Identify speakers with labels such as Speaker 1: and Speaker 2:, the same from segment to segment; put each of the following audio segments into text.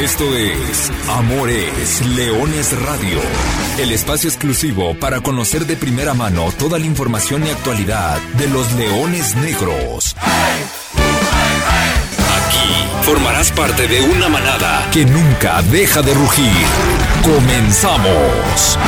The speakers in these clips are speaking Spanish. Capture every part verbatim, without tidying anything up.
Speaker 1: Esto es Amores Leones Radio, el espacio exclusivo para conocer de primera mano toda la información y actualidad de los Leones Negros. Aquí formarás parte de una manada que nunca deja de rugir. ¡Comenzamos!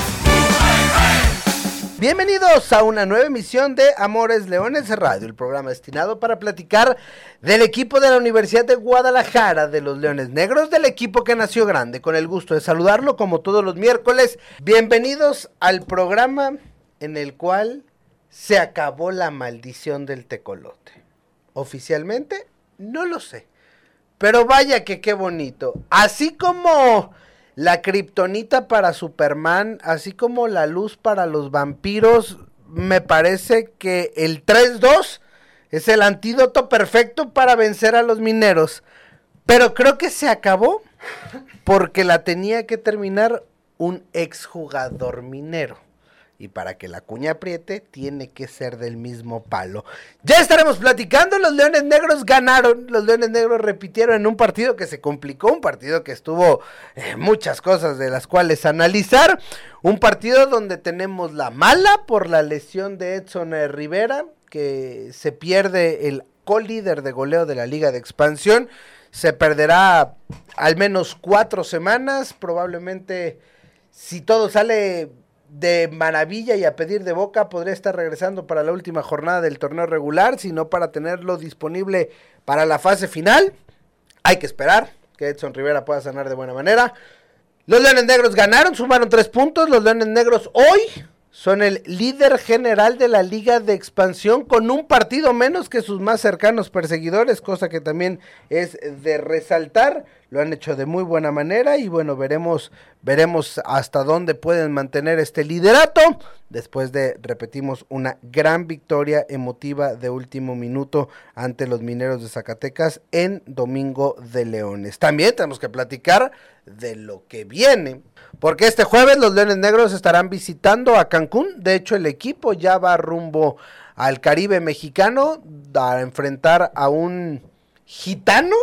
Speaker 2: Bienvenidos a una nueva emisión de Amores Leones Radio, el programa destinado para platicar del equipo de la Universidad de Guadalajara, de los Leones Negros, del equipo que nació grande. Con el gusto de saludarlo como todos los miércoles. Bienvenidos al programa en el cual se acabó la maldición del tecolote. Oficialmente, no lo sé, pero vaya que qué bonito. Así como la kriptonita para Superman, así como la luz para los vampiros, me parece que el tres dos es el antídoto perfecto para vencer a los mineros. Pero creo que se acabó porque la tenía que terminar un exjugador minero. Y para que la cuña apriete, tiene que ser del mismo palo. Ya estaremos platicando, los Leones Negros ganaron, los Leones Negros repitieron en un partido que se complicó, un partido que estuvo eh, muchas cosas de las cuales analizar, un partido donde tenemos la mala por la lesión de Edson eh, Rivera, que se pierde el co-líder de goleo de la Liga de Expansión, se perderá al menos cuatro semanas, probablemente si todo sale de maravilla y a pedir de boca, podría estar regresando para la última jornada del torneo regular, sino para tenerlo disponible para la fase final. Hay que esperar que Edson Rivera pueda sanar de buena manera. Los Leones Negros ganaron, sumaron tres puntos. Los Leones Negros hoy son el líder general de la Liga de Expansión con un partido menos que sus más cercanos perseguidores, cosa que también es de resaltar. Lo han hecho de muy buena manera y bueno, veremos veremos hasta dónde pueden mantener este liderato después de, repetimos, una gran victoria emotiva de último minuto ante los Mineros de Zacatecas en Domingo de Leones. También tenemos que platicar de lo que viene, porque este jueves los Leones Negros estarán visitando a Cancún. De hecho, el equipo ya va rumbo al Caribe mexicano a enfrentar a un gitano,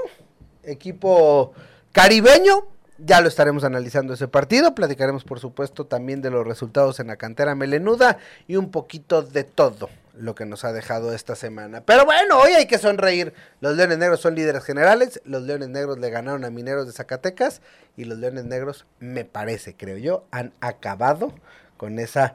Speaker 2: equipo caribeño. Ya lo estaremos analizando ese partido, platicaremos por supuesto también de los resultados en la cantera melenuda y un poquito de todo lo que nos ha dejado esta semana. Pero bueno, hoy hay que sonreír. Los Leones Negros son líderes generales, los Leones Negros le ganaron a Mineros de Zacatecas y los Leones Negros, me parece, creo yo, han acabado con esa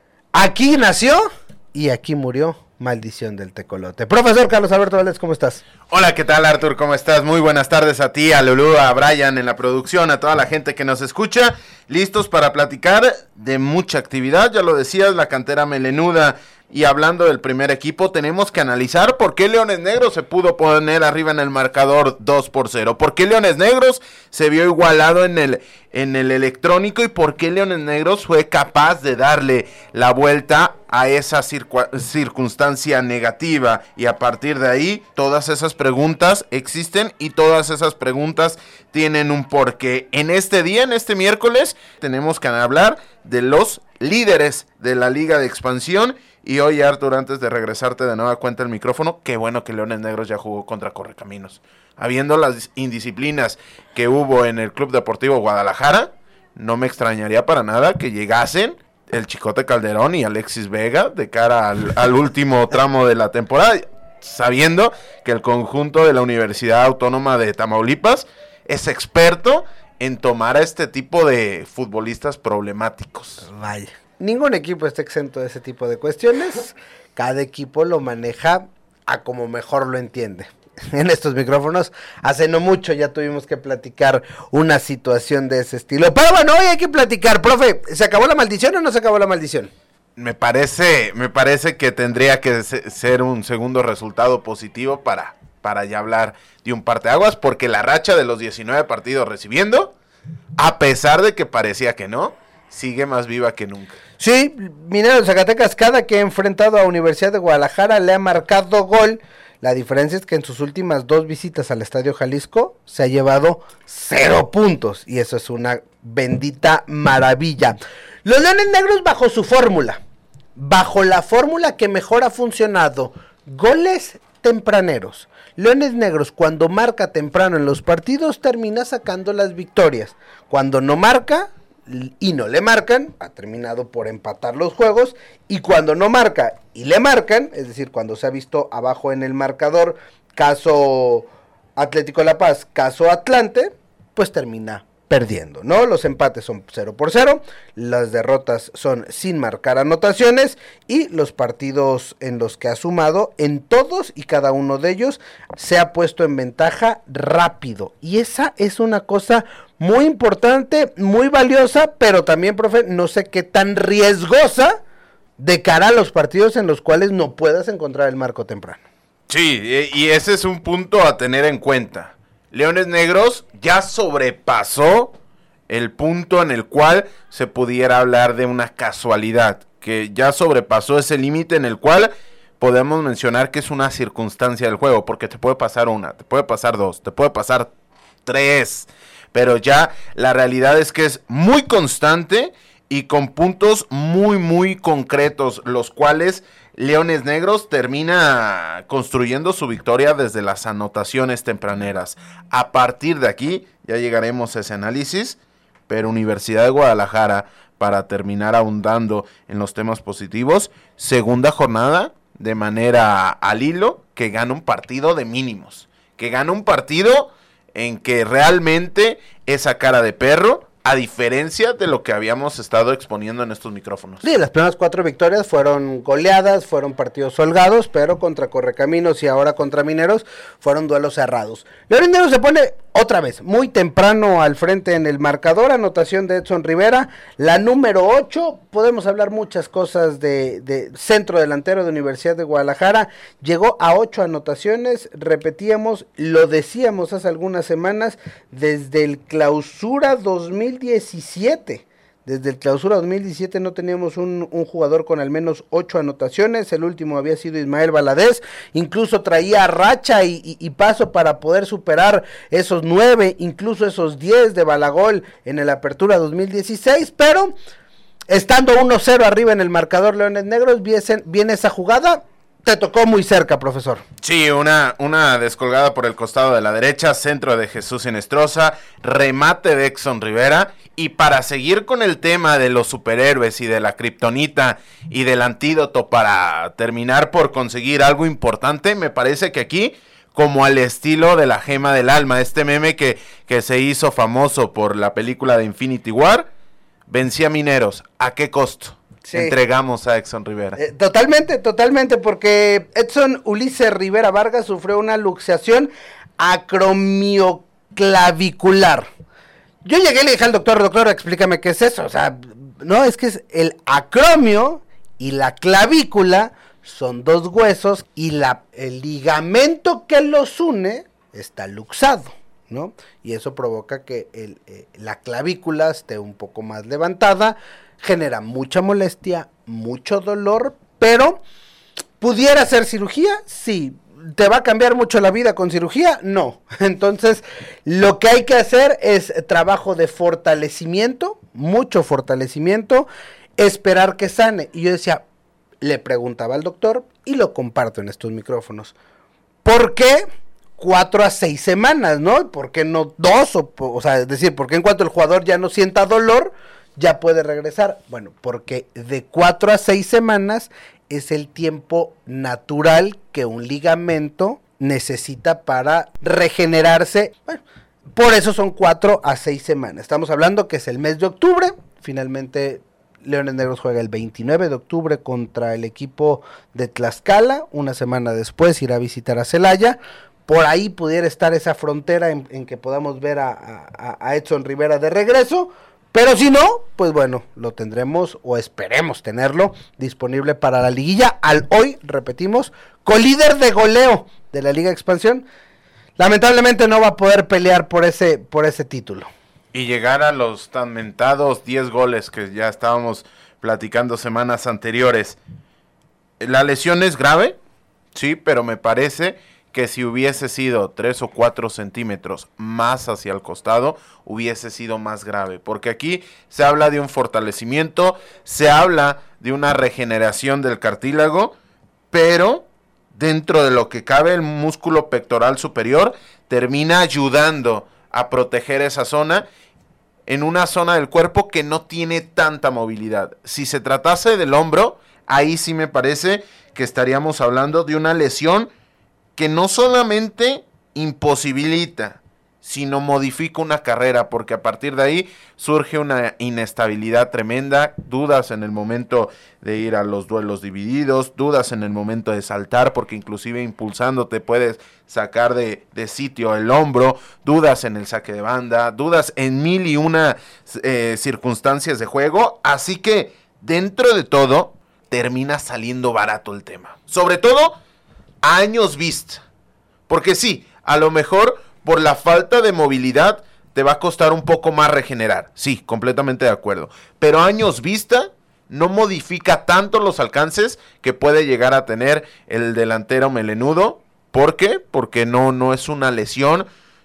Speaker 2: aquí nació y aquí murió maldición del tecolote. Profesor Carlos Alberto Valdés, ¿cómo estás?
Speaker 3: Hola, ¿qué tal, Artur? ¿Cómo estás? Muy buenas tardes a ti, a Lulú, a Brian en la producción, a toda la gente que nos escucha. Listos para platicar de mucha actividad, ya lo decías, la cantera melenuda. Y hablando del primer equipo, tenemos que analizar por qué Leones Negros se pudo poner arriba en el marcador dos por cero. ¿Por qué Leones Negros se vio igualado en el, en el electrónico? ¿Y por qué Leones Negros fue capaz de darle la vuelta a esa circu- circunstancia negativa? Y a partir de ahí, todas esas preguntas existen y todas esas preguntas tienen un porqué. En este día, en este miércoles, tenemos que hablar de los líderes de la Liga de Expansión. Y hoy, Artur, antes de regresarte de nueva cuenta el micrófono, qué bueno que Leones Negros ya jugó contra Correcaminos. Habiendo las indisciplinas que hubo en el Club Deportivo Guadalajara, no me extrañaría para nada que llegasen el Chicote Calderón y Alexis Vega de cara al, al último tramo de la temporada, sabiendo que el conjunto de la Universidad Autónoma de Tamaulipas es experto en tomar a este tipo de futbolistas problemáticos.
Speaker 2: Vaya. Ningún equipo está exento de ese tipo de cuestiones. Cada equipo lo maneja a como mejor lo entiende. En estos micrófonos, hace no mucho ya tuvimos que platicar una situación de ese estilo. Pero bueno, hoy hay que platicar. Profe, ¿se acabó la maldición o no se acabó la maldición?
Speaker 3: Me parece, me parece que tendría que ser un segundo resultado positivo para, para ya hablar de un parteaguas, porque la racha de los diecinueve partidos recibiendo, a pesar de que parecía que no, sigue más viva que nunca.
Speaker 2: Sí, Mineros de Zacatecas, cada que ha enfrentado a Universidad de Guadalajara le ha marcado gol. La diferencia es que en sus últimas dos visitas al Estadio Jalisco se ha llevado cero puntos y eso es una bendita maravilla. Los Leones Negros bajo su fórmula, bajo la fórmula que mejor ha funcionado, goles tempraneros. Leones Negros, cuando marca temprano en los partidos, termina sacando las victorias. Cuando no marca y no le marcan, ha terminado por empatar los juegos. Y cuando no marca y le marcan, es decir, cuando se ha visto abajo en el marcador, caso Atlético La Paz, caso Atlante, pues termina perdiendo, ¿no? Los empates son cero por cero, las derrotas son sin marcar anotaciones y los partidos en los que ha sumado, en todos y cada uno de ellos, se ha puesto en ventaja rápido. Y esa es una cosa muy importante, muy valiosa, pero también, profe, no sé qué tan riesgosa de cara a los partidos en los cuales no puedas encontrar el marco temprano.
Speaker 3: Sí, y ese es un punto a tener en cuenta. Leones Negros ya sobrepasó el punto en el cual se pudiera hablar de una casualidad, que ya sobrepasó ese límite en el cual podemos mencionar que es una circunstancia del juego, porque te puede pasar una, te puede pasar dos, te puede pasar tres, pero ya la realidad es que es muy constante y con puntos muy muy concretos, los cuales Leones Negros termina construyendo su victoria desde las anotaciones tempraneras. A partir de aquí ya llegaremos a ese análisis, pero Universidad de Guadalajara, para terminar ahondando en los temas positivos, segunda jornada de manera al hilo, que gana un partido de mínimos, que gana un partido en que realmente esa cara de perro, a diferencia de lo que habíamos estado exponiendo en estos micrófonos.
Speaker 2: Sí, las primeras cuatro victorias fueron goleadas, fueron partidos holgados, pero contra Correcaminos y ahora contra Mineros fueron duelos cerrados. Leones Negros se pone otra vez muy temprano al frente en el marcador, anotación de Edson Rivera, la número ocho, podemos hablar muchas cosas de, de centro delantero de Universidad de Guadalajara, llegó a ocho anotaciones, repetíamos, lo decíamos hace algunas semanas, desde el clausura dos mil diecisiete, desde el clausura dos mil diecisiete no teníamos un, un jugador con al menos ocho anotaciones, el último había sido Ismael Valadez, incluso traía racha y, y, y paso para poder superar esos nueve, incluso esos diez de Balagol en el Apertura dos mil dieciséis, pero estando uno cero arriba en el marcador Leones Negros, viene, viene esa jugada. Te tocó muy cerca, profesor.
Speaker 3: Sí, una, una descolgada por el costado de la derecha, centro de Jesús Sinestrosa, remate de Edson Rivera. Y para seguir con el tema de los superhéroes y de la kriptonita y del antídoto para terminar por conseguir algo importante, me parece que aquí, como al estilo de la gema del alma, este meme que, que se hizo famoso por la película de Infinity War, vencía Mineros. ¿A qué costo? Sí. Entregamos a Edson Rivera.
Speaker 2: Eh, totalmente, totalmente, porque Edson Ulises Rivera Vargas sufrió una luxación acromioclavicular. Yo llegué y le dije al doctor, doctor, explícame qué es eso. O sea, no, es que es el acromio y la clavícula son dos huesos y la, el ligamento que los une está luxado, ¿no? Y eso provoca que el, eh, la clavícula esté un poco más levantada, genera mucha molestia, mucho dolor, pero ¿pudiera ser cirugía? Sí. ¿Te va a cambiar mucho la vida con cirugía? No. Entonces, lo que hay que hacer es trabajo de fortalecimiento, mucho fortalecimiento, esperar que sane. Y yo decía, le preguntaba al doctor, y lo comparto en estos micrófonos, ¿por qué cuatro a seis semanas, no? ¿Por qué no dos? O, o sea, es decir, ¿por qué en cuanto el jugador ya no sienta dolor, ya puede regresar? Bueno, porque de cuatro a seis semanas es el tiempo natural que un ligamento necesita para regenerarse. Bueno, por eso son cuatro a seis semanas. Estamos hablando que es el mes de octubre. Finalmente, Leones Negros juega el veintinueve de octubre contra el equipo de Tlaxcala. Una semana después irá a visitar a Celaya. Por ahí pudiera estar esa frontera en, en que podamos ver a, a, a Edson Rivera de regreso. Pero si no, pues bueno, lo tendremos o esperemos tenerlo disponible para la liguilla. Al hoy, repetimos, colíder de goleo de la Liga de Expansión. Lamentablemente no va a poder pelear por ese, por ese título.
Speaker 3: Y llegar a los tan mentados diez goles que ya estábamos platicando semanas anteriores. La lesión es grave, sí, pero me parece que si hubiese sido tres o cuatro centímetros más hacia el costado, hubiese sido más grave, porque aquí se habla de un fortalecimiento, se habla de una regeneración del cartílago, pero dentro de lo que cabe el músculo pectoral superior, termina ayudando a proteger esa zona, en una zona del cuerpo que no tiene tanta movilidad. Si se tratase del hombro, ahí sí me parece que estaríamos hablando de una lesión que no solamente imposibilita, sino modifica una carrera, porque a partir de ahí surge una inestabilidad tremenda, dudas en el momento de ir a los duelos divididos, dudas en el momento de saltar, porque inclusive impulsándote puedes sacar de, de sitio el hombro, dudas en el saque de banda, dudas en mil y una eh, circunstancias de juego, así que dentro de todo termina saliendo barato el tema, sobre todo a años vista, porque sí, a lo mejor por la falta de movilidad te va a costar un poco más regenerar. Sí, completamente de acuerdo. Pero a años vista no modifica tanto los alcances que puede llegar a tener el delantero melenudo. ¿Por qué? Porque no, no es una lesión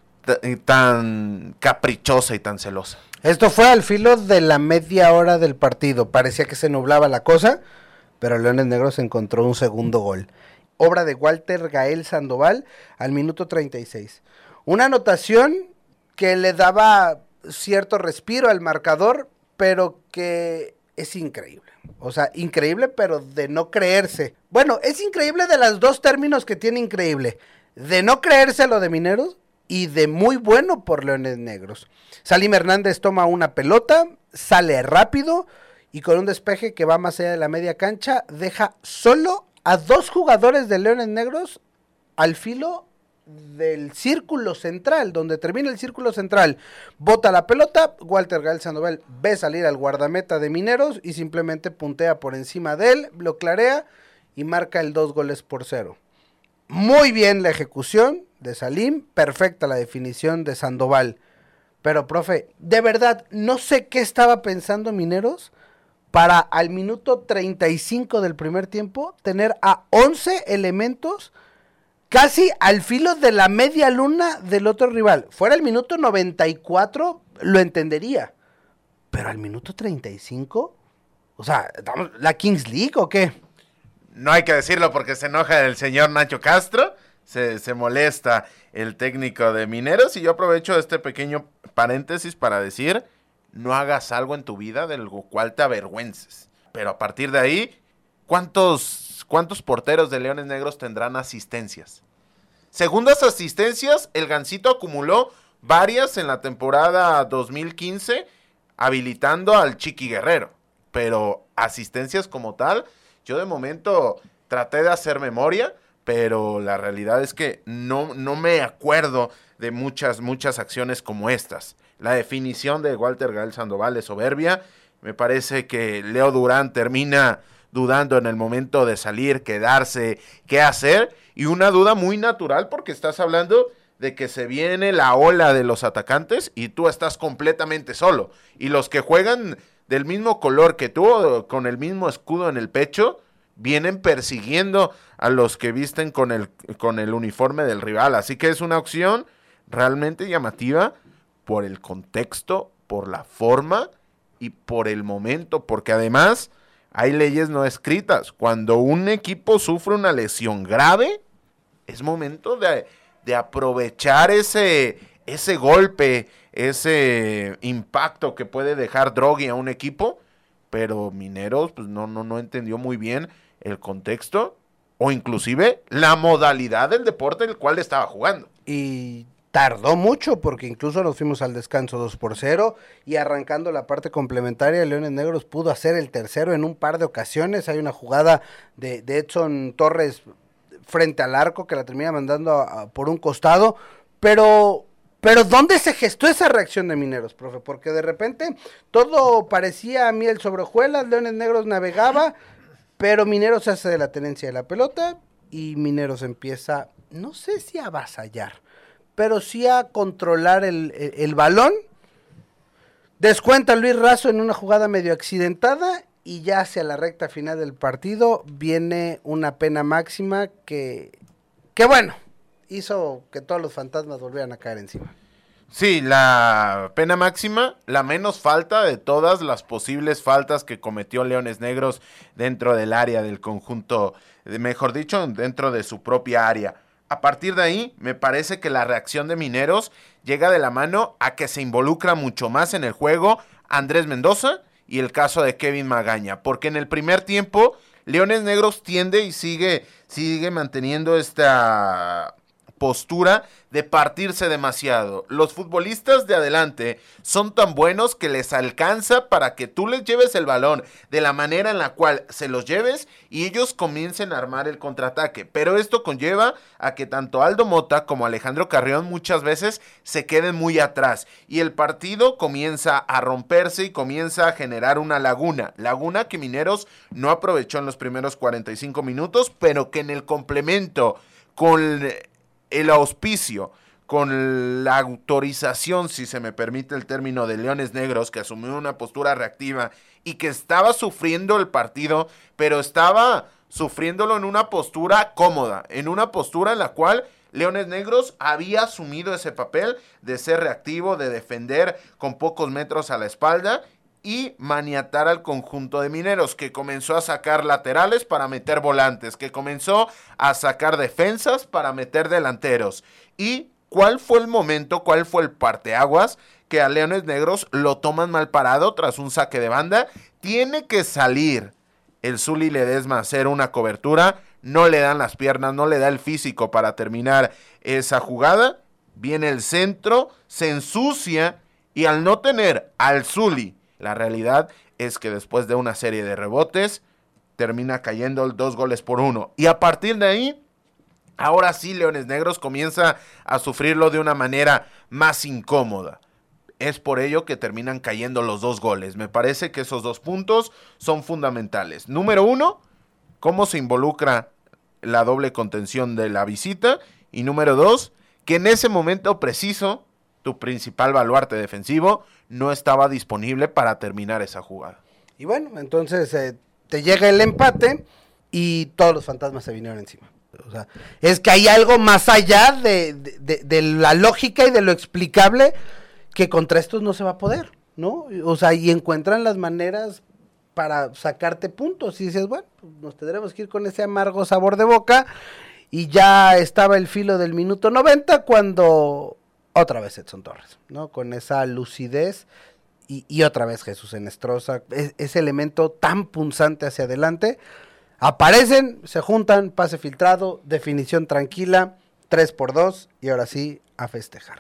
Speaker 3: t- tan caprichosa y tan celosa.
Speaker 2: Esto fue al filo de la media hora del partido. Parecía que se nublaba la cosa, pero Leones Negros encontró un segundo gol. Obra de Walter Gael Sandoval al minuto treinta y seis. Una anotación que le daba cierto respiro al marcador, pero que es increíble. O sea, increíble, pero de no creerse. Bueno, es increíble de los dos términos que tiene increíble. De no creerse lo de Mineros y de muy bueno por Leones Negros. Salim Hernández toma una pelota, sale rápido y con un despeje que va más allá de la media cancha, deja solo a dos jugadores de Leones Negros al filo del círculo central, donde termina el círculo central, bota la pelota, Walter Gael Sandoval ve salir al guardameta de Mineros y simplemente puntea por encima de él, lo clarea y marca el dos goles por cero. Muy bien la ejecución de Salim, perfecta la definición de Sandoval, pero profe, de verdad, no sé qué estaba pensando Mineros para al minuto treinta y cinco del primer tiempo tener a once elementos casi al filo de la media luna del otro rival. Fuera el minuto noventa y cuatro, lo entendería. Pero al minuto treinta y cinco, o sea, ¿la Kings League o qué?
Speaker 3: No hay que decirlo porque se enoja el señor Nacho Castro, se, se molesta el técnico de Mineros, y yo aprovecho este pequeño paréntesis para decir, no hagas algo en tu vida del cual te avergüences. Pero a partir de ahí, ¿cuántos... ¿Cuántos porteros de Leones Negros tendrán asistencias? Segundas asistencias, el Gansito acumuló varias en la temporada dos mil quince, habilitando al Chiqui Guerrero. Pero asistencias como tal, yo de momento traté de hacer memoria, pero la realidad es que no, no me acuerdo de muchas, muchas acciones como estas. La definición de Walter Gael Sandoval es soberbia. Me parece que Leo Durán termina dudando en el momento de salir, quedarse, qué hacer, y una duda muy natural porque estás hablando de que se viene la ola de los atacantes y tú estás completamente solo, y los que juegan del mismo color que tú, con el mismo escudo en el pecho, vienen persiguiendo a los que visten con el, con el uniforme del rival, así que es una opción realmente llamativa por el contexto, por la forma y por el momento, porque además hay leyes no escritas. Cuando un equipo sufre una lesión grave, es momento de, de aprovechar ese, ese golpe, ese impacto que puede dejar Droghi a un equipo, pero Mineros pues no, no, no entendió muy bien el contexto o inclusive la modalidad del deporte en el cual estaba jugando.
Speaker 2: Y tardó mucho porque incluso nos fuimos al descanso dos por cero y arrancando la parte complementaria, Leones Negros pudo hacer el tercero en un par de ocasiones. Hay una jugada de, de Edson Torres frente al arco que la termina mandando a, a, por un costado, pero... Pero ¿dónde se gestó esa reacción de Mineros, profe? Porque de repente todo parecía miel sobre hojuelas, Leones Negros navegaba, pero Mineros se hace de la tenencia de la pelota y Mineros empieza, no sé si a avasallar, pero sí a controlar el, el, el balón. Descuenta Luis Razo en una jugada medio accidentada y ya hacia la recta final del partido viene una pena máxima que, que bueno, hizo que todos los fantasmas volvieran a caer encima.
Speaker 3: Sí, la pena máxima, la menos falta de todas las posibles faltas que cometió Leones Negros dentro del área del conjunto, mejor dicho, dentro de su propia área. A partir de ahí, me parece que la reacción de Mineros llega de la mano a que se involucra mucho más en el juego Andrés Mendoza y el caso de Kevin Magaña, porque en el primer tiempo Leones Negros tiende y sigue, sigue manteniendo esta postura de partirse demasiado. Los futbolistas de adelante son tan buenos que les alcanza para que tú les lleves el balón de la manera en la cual se los lleves y ellos comiencen a armar el contraataque. Pero esto conlleva a que tanto Aldo Mota como Alejandro Carrión muchas veces se queden muy atrás y el partido comienza a romperse y comienza a generar una laguna. Laguna que Mineros no aprovechó en los primeros cuarenta y cinco minutos, pero que en el complemento con el auspicio, con la autorización, si se me permite el término, de Leones Negros, que asumió una postura reactiva y que estaba sufriendo el partido, pero estaba sufriéndolo en una postura cómoda, en una postura en la cual Leones Negros había asumido ese papel de ser reactivo, de defender con pocos metros a la espalda y maniatar al conjunto de Mineros, que comenzó a sacar laterales para meter volantes, que comenzó a sacar defensas para meter delanteros. ¿Y cuál fue el momento, cuál fue el parteaguas? Que a Leones Negros lo toman mal parado tras un saque de banda. Tiene que salir el Zuli Ledesma a hacer una cobertura, no le dan las piernas, no le da el físico para terminar esa jugada. Viene el centro, se ensucia y al no tener al Zuli, la realidad es que después de una serie de rebotes, termina cayendo dos goles por uno. Y a partir de ahí, ahora sí Leones Negros comienza a sufrirlo de una manera más incómoda. Es por ello que terminan cayendo los dos goles. Me parece que esos dos puntos son fundamentales. Número uno, cómo se involucra la doble contención de la visita. Y número dos, que en ese momento preciso, tu principal baluarte defensivo no estaba disponible para terminar esa jugada.
Speaker 2: Y bueno, entonces eh, te llega el empate y todos los fantasmas se vinieron encima. O sea, es que hay algo más allá de, de, de, de la lógica y de lo explicable que contra estos no se va a poder, ¿no? O sea, y encuentran las maneras para sacarte puntos y dices, bueno, pues nos tendremos que ir con ese amargo sabor de boca y ya estaba el filo del minuto noventa cuando otra vez Edson Torres, ¿no? Con esa lucidez y, y otra vez Jesús Enestrosa, es, ese elemento tan punzante hacia adelante. Aparecen, se juntan, pase filtrado, definición tranquila, tres por dos y ahora sí a festejar.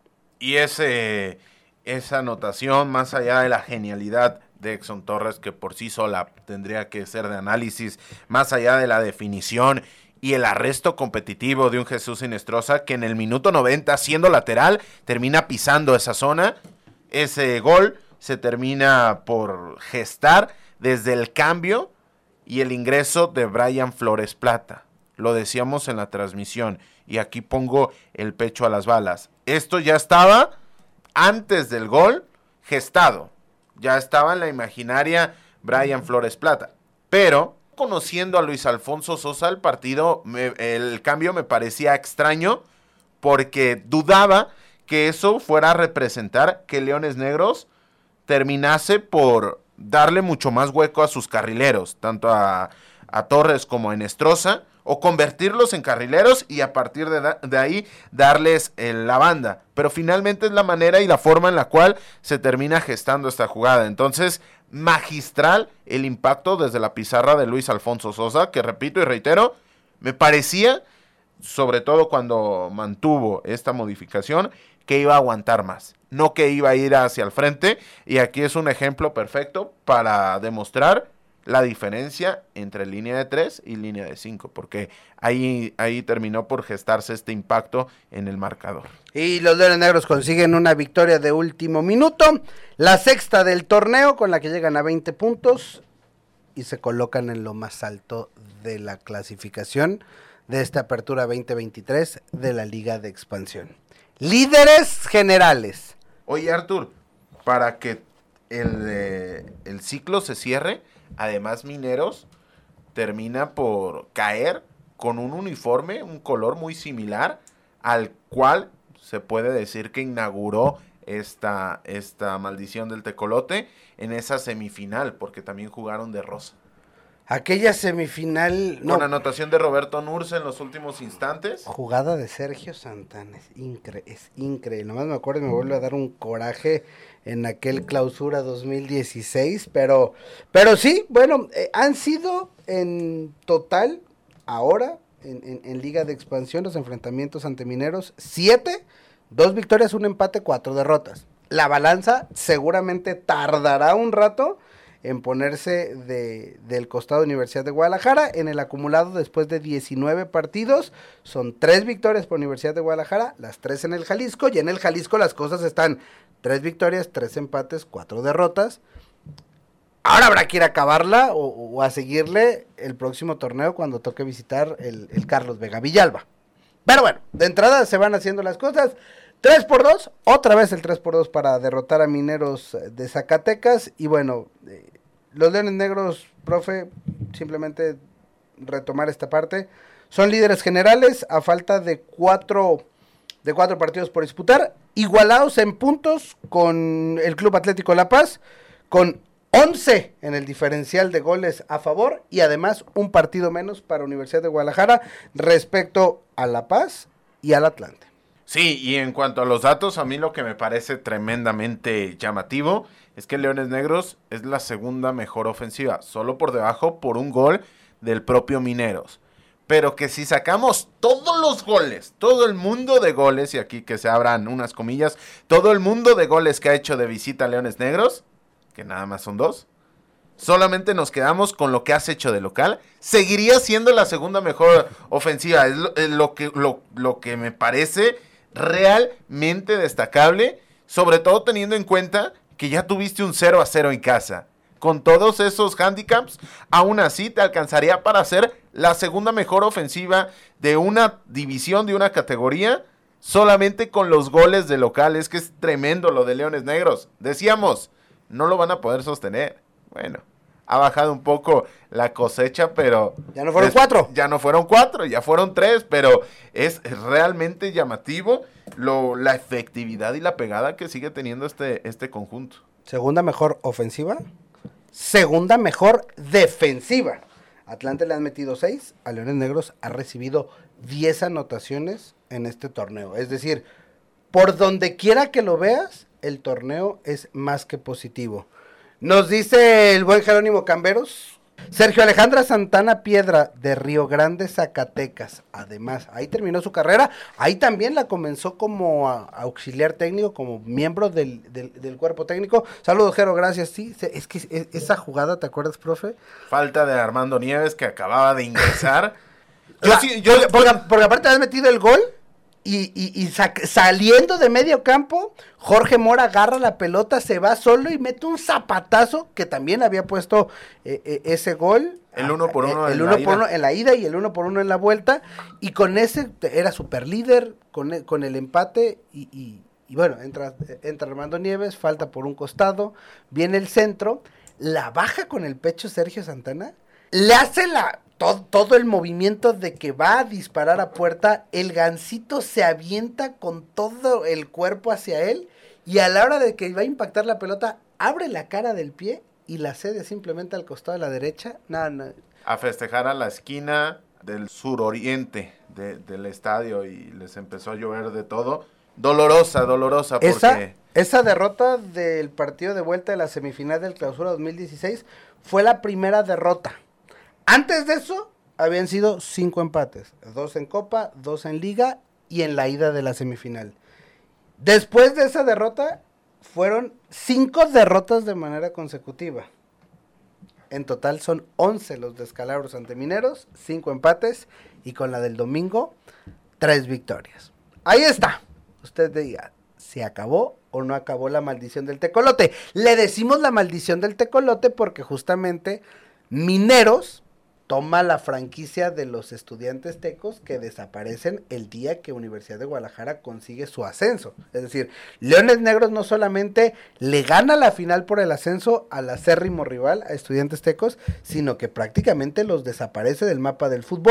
Speaker 3: Y ese, esa anotación, más allá de la genialidad de Edson Torres, que por sí sola tendría que ser de análisis, más allá de la definición y el arresto competitivo de un Jesús Enestrosa, que en el minuto noventa, siendo lateral, termina pisando esa zona. Ese gol se termina por gestar desde el cambio y el ingreso de Brian Flores Plata. Lo decíamos en la transmisión y aquí pongo el pecho a las balas. Esto ya estaba antes del gol gestado. Ya estaba en la imaginaria Brian Flores Plata. Pero conociendo a Luis Alfonso Sosa, el partido, me, el cambio me parecía extraño porque dudaba que eso fuera a representar que Leones Negros terminase por darle mucho más hueco a sus carrileros, tanto a, a Torres como a Enestrosa, o convertirlos en carrileros y a partir de, da, de ahí darles eh, la banda. Pero finalmente es la manera y la forma en la cual se termina gestando esta jugada. Entonces, magistral el impacto desde la pizarra de Luis Alfonso Sosa, que repito y reitero, me parecía, sobre todo cuando mantuvo esta modificación, que iba a aguantar más, no que iba a ir hacia el frente, y aquí es un ejemplo perfecto para demostrar la diferencia entre línea de tres y línea de cinco, porque ahí, ahí terminó por gestarse este impacto en el marcador.
Speaker 2: Y los Leones Negros consiguen una victoria de último minuto, la sexta del torneo, con la que llegan a veinte puntos y se colocan en lo más alto de la clasificación de esta apertura veinte veintitrés de la Liga de Expansión. Líderes generales.
Speaker 3: Oye, Artur, para que el, eh, el ciclo se cierre, además Mineros termina por caer con un uniforme, un color muy similar al cual se puede decir que inauguró esta, esta maldición del tecolote en esa semifinal, porque también jugaron de rosa.
Speaker 2: Aquella semifinal...
Speaker 3: Con no, anotación de Roberto Nurse en los últimos instantes.
Speaker 2: Jugada de Sergio Santana, es, incre es increíble. Nomás me acuerdo y me vuelve a dar un coraje en aquel clausura dos mil dieciséis, pero, pero sí, bueno, eh, han sido en total, ahora, en, en, en Liga de Expansión, los enfrentamientos ante Mineros, siete, dos victorias, un empate, cuatro derrotas. La balanza seguramente tardará un rato en ponerse de, del costado de Universidad de Guadalajara. En el acumulado después de diecinueve partidos, son tres victorias por Universidad de Guadalajara, las tres en el Jalisco, y en el Jalisco las cosas están tres victorias, tres empates, cuatro derrotas. Ahora habrá que ir a acabarla o, o a seguirle el próximo torneo cuando toque visitar el, el Carlos Vega Villalba. Pero bueno, de entrada se van haciendo las cosas. tres por dos, otra vez el tres por dos para derrotar a Mineros de Zacatecas. Y bueno, eh, los Leones Negros, profe, simplemente retomar esta parte, son líderes generales a falta de cuatro, de cuatro partidos por disputar, igualados en puntos con el Club Atlético La Paz, con once en el diferencial de goles a favor y además un partido menos para Universidad de Guadalajara respecto a La Paz y al Atlante.
Speaker 3: Sí, y en cuanto a los datos, a mí lo que me parece tremendamente llamativo es que Leones Negros es la segunda mejor ofensiva, solo por debajo por un gol del propio Mineros. Pero que si sacamos todos los goles, todo el mundo de goles, y aquí que se abran unas comillas, todo el mundo de goles que ha hecho de visita a Leones Negros, que nada más son dos, solamente nos quedamos con lo que has hecho de local, seguiría siendo la segunda mejor ofensiva. Es lo, es lo que, lo, lo que me parece realmente destacable, sobre todo teniendo en cuenta que ya tuviste un cero a cero en casa. Con todos esos handicaps, aún así te alcanzaría para ser la segunda mejor ofensiva de una división, de una categoría, solamente con los goles de local. Es que es tremendo lo de Leones Negros. Decíamos, no lo van a poder sostener. Bueno, ha bajado un poco la cosecha, pero...
Speaker 2: Ya no fueron cuatro.
Speaker 3: Ya no fueron cuatro, ya fueron tres, pero es realmente llamativo lo, la efectividad y la pegada que sigue teniendo este, este conjunto.
Speaker 2: Segunda mejor ofensiva, segunda mejor defensiva. Atlante le han metido seis, a Leones Negros ha recibido diez anotaciones en este torneo. Es decir, por donde quiera que lo veas, el torneo es más que positivo. Nos dice el buen Jerónimo Camberos, Sergio Alejandra Santana Piedra de Río Grande, Zacatecas. Además, ahí terminó su carrera, ahí también la comenzó como a, a auxiliar técnico, como miembro del, del, del cuerpo técnico. Saludos, Jero, gracias. Sí, es que es, esa jugada, ¿te acuerdas, profe?
Speaker 3: Falta de Armando Nieves, que acababa de ingresar. yo
Speaker 2: La,
Speaker 3: sí, yo,
Speaker 2: porque, porque, porque aparte has metido el gol. Y, y, y sac- saliendo de medio campo, Jorge Mora agarra la pelota, se va solo y mete un zapatazo que también había puesto eh, eh, ese gol.
Speaker 3: El uno por uno,
Speaker 2: el, el
Speaker 3: en,
Speaker 2: uno
Speaker 3: la
Speaker 2: por
Speaker 3: ida.
Speaker 2: uno en la ida y el uno por uno en la vuelta. Y con ese era super líder, con el, con el empate. Y, y, y bueno, entra, entra Armando Nieves, falta por un costado, viene el centro, la baja con el pecho Sergio Santana, le hace la... Todo, todo el movimiento de que va a disparar a puerta, el Gansito se avienta con todo el cuerpo hacia él y a la hora de que va a impactar la pelota, abre la cara del pie y la cede simplemente al costado de la derecha. No, no.
Speaker 3: A festejar a la esquina del suroriente de, del estadio y les empezó a llover de todo. Dolorosa, dolorosa porque...
Speaker 2: Esa, esa derrota del partido de vuelta de la semifinal del Clausura dos mil dieciséis fue la primera derrota. Antes de eso, habían sido cinco empates, dos en Copa, dos en Liga y en la ida de la semifinal. Después de esa derrota, fueron cinco derrotas de manera consecutiva. En total son once los descalabros ante Mineros, cinco empates y con la del domingo, tres victorias. Ahí está. Usted diga, ¿se acabó o no acabó la maldición del tecolote? Le decimos la maldición del tecolote porque justamente Mineros toma la franquicia de los Estudiantes Tecos que desaparecen el día que Universidad de Guadalajara consigue su ascenso. Es decir, Leones Negros no solamente le gana la final por el ascenso al acérrimo rival, a Estudiantes Tecos, sino que prácticamente los desaparece del mapa del fútbol.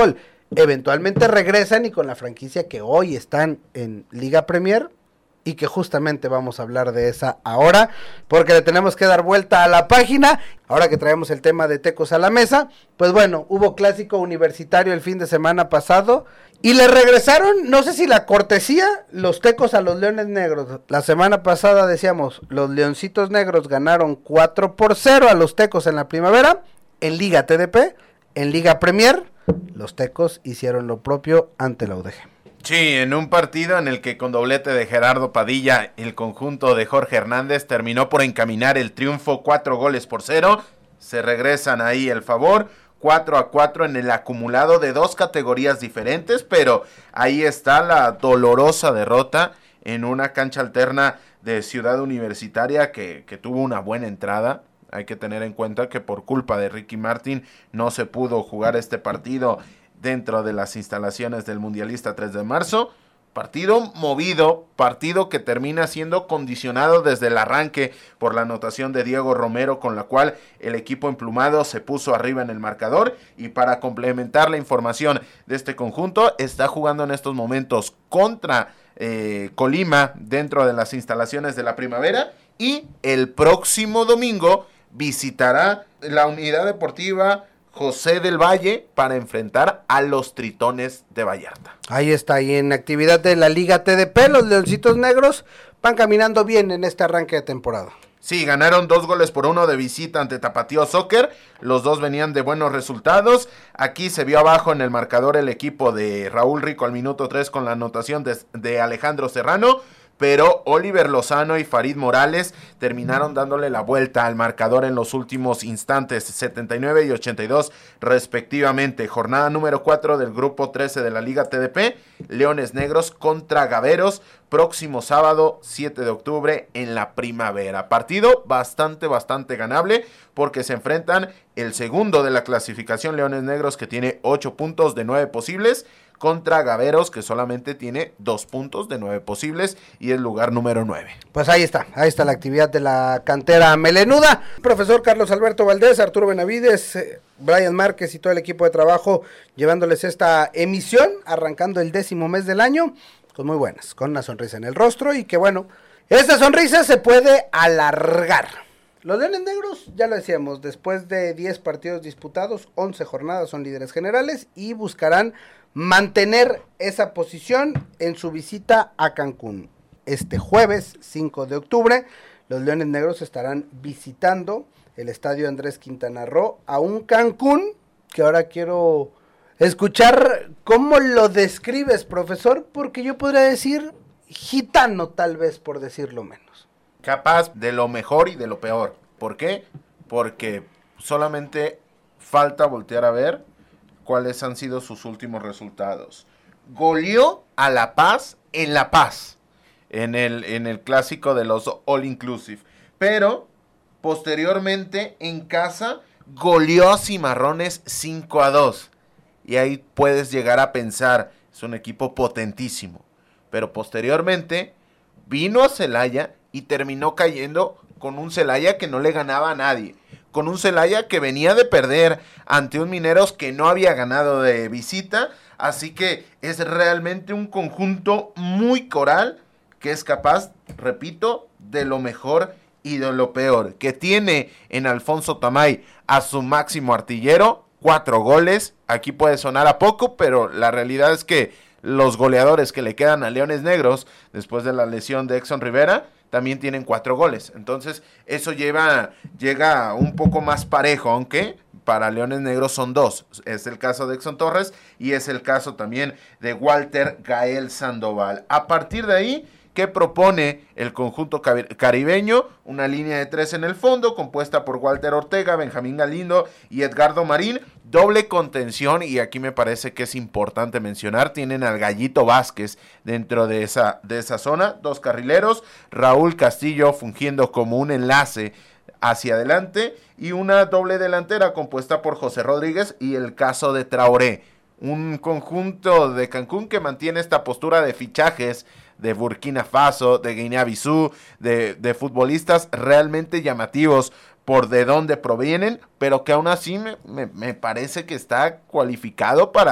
Speaker 2: eventualmente regresan y con la franquicia que hoy están en Liga Premier y que justamente vamos a hablar de esa ahora, porque le tenemos que dar vuelta a la página, ahora que traemos el tema de Tecos a la mesa. Pues bueno, hubo clásico universitario el fin de semana pasado, y le regresaron, no sé si la cortesía, los Tecos a los Leones Negros. La semana pasada decíamos, los Leoncitos Negros ganaron cuatro por cero a los Tecos en la primavera, en Liga T D P, en Liga Premier, los Tecos hicieron lo propio ante la U D G.
Speaker 3: Sí, en un partido en el que con doblete de Gerardo Padilla, el conjunto de Jorge Hernández terminó por encaminar el triunfo, cuatro goles por cero, se regresan ahí el favor, cuatro a cuatro en el acumulado de dos categorías diferentes, pero ahí está la dolorosa derrota en una cancha alterna de Ciudad Universitaria que, que tuvo una buena entrada. Hay que tener en cuenta que por culpa de Ricky Martin no se pudo jugar este partido dentro de las instalaciones del Mundialista tres de marzo, partido movido, partido que termina siendo condicionado desde el arranque por la anotación de Diego Romero, con la cual el equipo emplumado se puso arriba en el marcador, y para complementar la información de este conjunto, está jugando en estos momentos contra eh, Colima dentro de las instalaciones de la Primavera, y el próximo domingo visitará la Unidad Deportiva José del Valle para enfrentar a los Tritones de Vallarta.
Speaker 2: Ahí está, y en actividad de la Liga T D P, los Leoncitos Negros van caminando bien en este arranque de temporada.
Speaker 3: Sí, ganaron dos goles por uno de visita ante Tapatío Soccer, los dos venían de buenos resultados. Aquí se vio abajo en el marcador el equipo de Raúl Rico al minuto tres con la anotación de, de Alejandro Serrano, pero Oliver Lozano y Farid Morales terminaron dándole la vuelta al marcador en los últimos instantes, setenta y nueve y ochenta y dos respectivamente. Jornada número cuatro del grupo trece de la Liga T D P, Leones Negros contra Gaveros, próximo sábado siete de octubre en la Primavera. Partido bastante, bastante ganable, porque se enfrentan el segundo de la clasificación, Leones Negros, que tiene ocho puntos de nueve posibles, contra Gaveros, que solamente tiene dos puntos de nueve posibles y es lugar número nueve.
Speaker 2: Pues ahí está, ahí está la actividad de la cantera melenuda. Profesor Carlos Alberto Valdés, Arturo Benavides, eh, Brian Márquez y todo el equipo de trabajo llevándoles esta emisión, arrancando el décimo mes del año, con muy buenas, con una sonrisa en el rostro, y que bueno, esta sonrisa se puede alargar. Los Leones Negros, ya lo decíamos, después de diez partidos disputados, once jornadas son líderes generales y buscarán mantener esa posición en su visita a Cancún. Este jueves cinco de octubre, los Leones Negros estarán visitando el estadio Andrés Quintana Roo a un Cancún, que ahora quiero escuchar cómo lo describes, profesor, porque yo podría decir gitano, tal vez, por decirlo menos.
Speaker 3: Capaz de lo mejor y de lo peor. ¿Por qué? Porque solamente falta voltear a ver cuáles han sido sus últimos resultados. Goleó a La Paz en La Paz, en el, en el clásico de los All Inclusive, pero posteriormente en casa goleó a Cimarrones cinco a dos, y ahí puedes llegar a pensar, es un equipo potentísimo, pero posteriormente vino a Celaya y terminó cayendo con un Celaya que no le ganaba a nadie, con un Celaya que venía de perder ante un Mineros que no había ganado de visita, así que es realmente un conjunto muy coral, que es capaz, repito, de lo mejor y de lo peor, que tiene en Alfonso Tamay a su máximo artillero, cuatro goles. Aquí puede sonar a poco, pero la realidad es que los goleadores que le quedan a Leones Negros después de la lesión de Exxon Rivera también tienen cuatro goles. Entonces eso lleva, llega un poco más parejo, aunque para Leones Negros son dos. Es el caso de Exxon Torres y es el caso también de Walter Gael Sandoval. A partir de ahí, ¿qué propone el conjunto caribeño? Una línea de tres en el fondo, compuesta por Walter Ortega, Benjamín Galindo y Edgardo Marín. Doble contención, y aquí me parece que es importante mencionar, tienen al Gallito Vázquez dentro de esa, de esa zona, dos carrileros, Raúl Castillo fungiendo como un enlace hacia adelante, y una doble delantera compuesta por José Rodríguez y el caso de Traoré. Un conjunto de Cancún que mantiene esta postura de fichajes de Burkina Faso, de Guinea-Bissau, de, de futbolistas realmente llamativos por de dónde provienen, pero que aún así me, me, me parece que está cualificado para,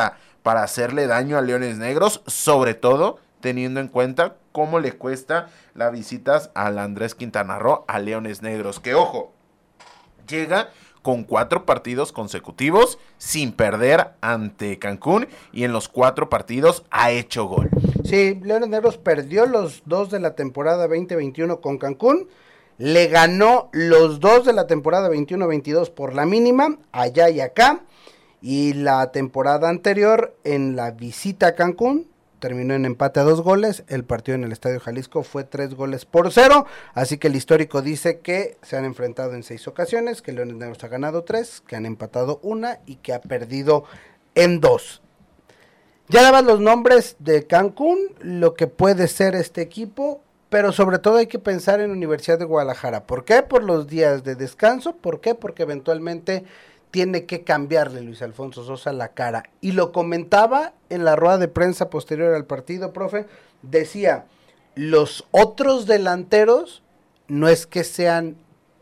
Speaker 3: para hacerle daño a Leones Negros, sobre todo teniendo en cuenta cómo le cuesta las visitas al Andrés Quintana Roo a Leones Negros, que ojo, llega con cuatro partidos consecutivos sin perder ante Cancún y en los cuatro partidos ha hecho gol.
Speaker 2: Sí, Leones Negros perdió los dos de la temporada veinte veintiuno con Cancún, le ganó los dos de la temporada veintiuno veintidós por la mínima, allá y acá, y la temporada anterior en la visita a Cancún terminó en empate a dos goles, el partido en el Estadio Jalisco fue tres goles por cero, así que el histórico dice que se han enfrentado en seis ocasiones, que Leones Negros ha ganado tres, que han empatado una y que ha perdido en dos. Ya dabas los nombres de Cancún, lo que puede ser este equipo, pero sobre todo hay que pensar en Universidad de Guadalajara. ¿Por qué? Por los días de descanso. ¿Por qué? Porque eventualmente tiene que cambiarle Luis Alfonso Sosa la cara. Y lo comentaba en la rueda de prensa posterior al partido, profe. Decía, los otros delanteros no es que sean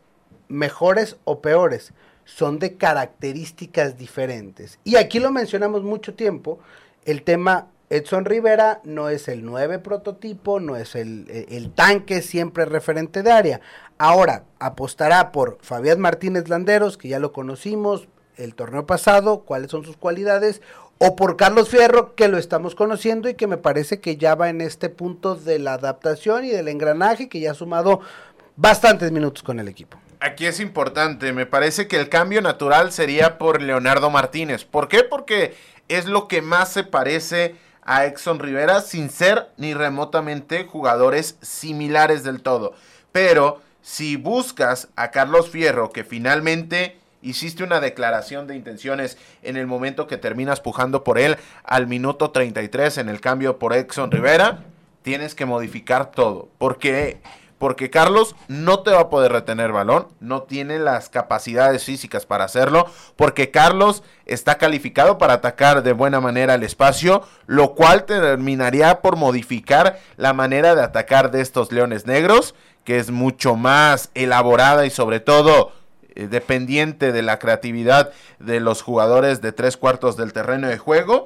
Speaker 2: mejores o peores, son de características diferentes. Y aquí lo mencionamos mucho tiempo, el tema Edson Rivera no es el nueve prototipo, no es el, el tanque siempre referente de área. Ahora apostará por Fabián Martínez Landeros, que ya lo conocimos el torneo pasado, cuáles son sus cualidades, o por Carlos Fierro, que lo estamos conociendo y que me parece que ya va en este punto de la adaptación y del engranaje, que ya ha sumado bastantes minutos con el equipo.
Speaker 3: Aquí es importante, me parece que el cambio natural sería por Leonardo Martínez. ¿Por qué? Porque es lo que más se parece a Edson Rivera, sin ser ni remotamente jugadores similares del todo. Pero si buscas a Carlos Fierro, que finalmente hiciste una declaración de intenciones en el momento que terminas pujando por él al minuto treinta y tres en el cambio por Edson Rivera, tienes que modificar todo, porque porque Carlos no te va a poder retener balón, no tiene las capacidades físicas para hacerlo, porque Carlos está calificado para atacar de buena manera el espacio, lo cual terminaría por modificar la manera de atacar de estos Leones Negros, que es mucho más elaborada y sobre todo eh, dependiente de la creatividad de los jugadores de tres cuartos del terreno de juego.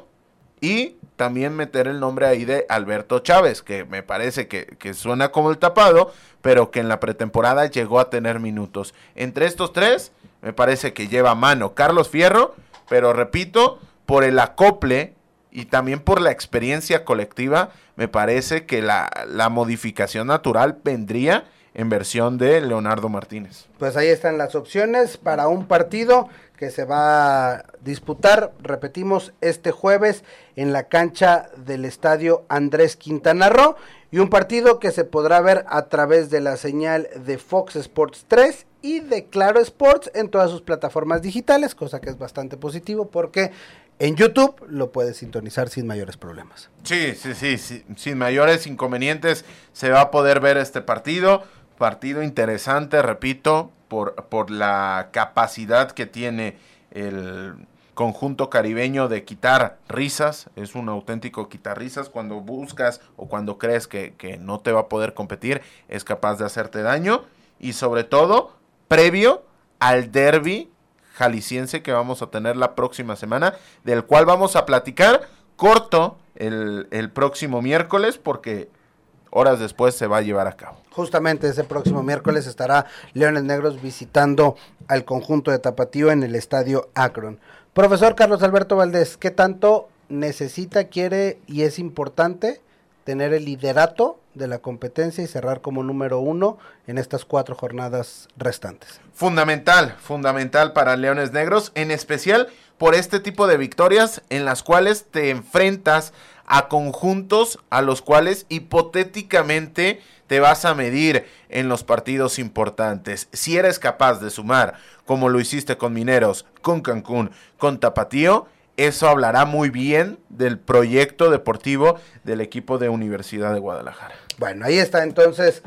Speaker 3: Y también meter el nombre ahí de Alberto Chávez, que me parece que, que suena como el tapado, pero que en la pretemporada llegó a tener minutos. Entre estos tres, me parece que lleva mano Carlos Fierro, pero repito, por el acople y también por la experiencia colectiva, me parece que la, la modificación natural vendría en versión de Leonardo Martínez.
Speaker 2: Pues ahí están las opciones para un partido que se va a disputar, repetimos, este jueves en la cancha del estadio Andrés Quintana Roo, y un partido que se podrá ver a través de la señal de Fox Sports tres y de Claro Sports en todas sus plataformas digitales, cosa que es bastante positivo porque en YouTube lo puedes sintonizar sin mayores problemas.
Speaker 3: Sí, sí, sí, sí, sin mayores inconvenientes se va a poder ver este partido. Partido interesante, repito, por, por la capacidad que tiene el conjunto caribeño de quitar risas. Es un auténtico quitar risas. Cuando buscas o cuando crees que, que no te va a poder competir, es capaz de hacerte daño. Y sobre todo, previo al derbi jalisciense que vamos a tener la próxima semana, del cual vamos a platicar corto el, el próximo miércoles, porque horas después se va a llevar a cabo.
Speaker 2: Justamente ese próximo miércoles estará Leones Negros visitando al conjunto de Tapatío en el estadio Akron. Profesor Carlos Alberto Valdés, ¿qué tanto necesita, quiere y es importante tener el liderato de la competencia y cerrar como número uno en estas cuatro jornadas restantes?
Speaker 3: Fundamental, fundamental para Leones Negros, en especial por este tipo de victorias en las cuales te enfrentas a conjuntos a los cuales hipotéticamente te vas a medir en los partidos importantes. Si eres capaz de sumar, como lo hiciste con Mineros, con Cancún, con Tapatío, eso hablará muy bien del proyecto deportivo del equipo de Universidad de Guadalajara.
Speaker 2: Bueno, ahí está entonces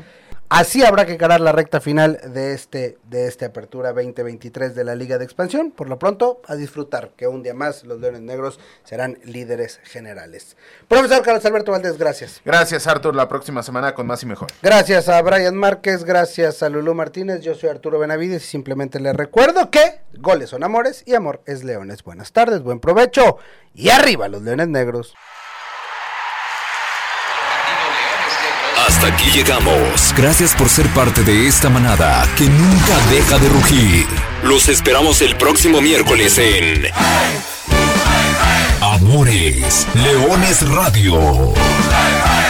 Speaker 2: Así habrá que ganar la recta final de este de este Apertura veinte veintitrés de la Liga de Expansión. Por lo pronto, a disfrutar, que un día más los Leones Negros serán líderes generales. Profesor Carlos Alberto Valdés, gracias.
Speaker 3: Gracias, Artur. La próxima semana con más y mejor.
Speaker 2: Gracias a Brian Márquez, gracias a Lulú Martínez. Yo soy Arturo Benavides y simplemente les recuerdo que goles son amores y amor es leones. Buenas tardes, buen provecho y arriba los Leones Negros.
Speaker 1: Hasta aquí llegamos. Gracias por ser parte de esta manada que nunca deja de rugir. Los esperamos el próximo miércoles en Amores Leones Radio.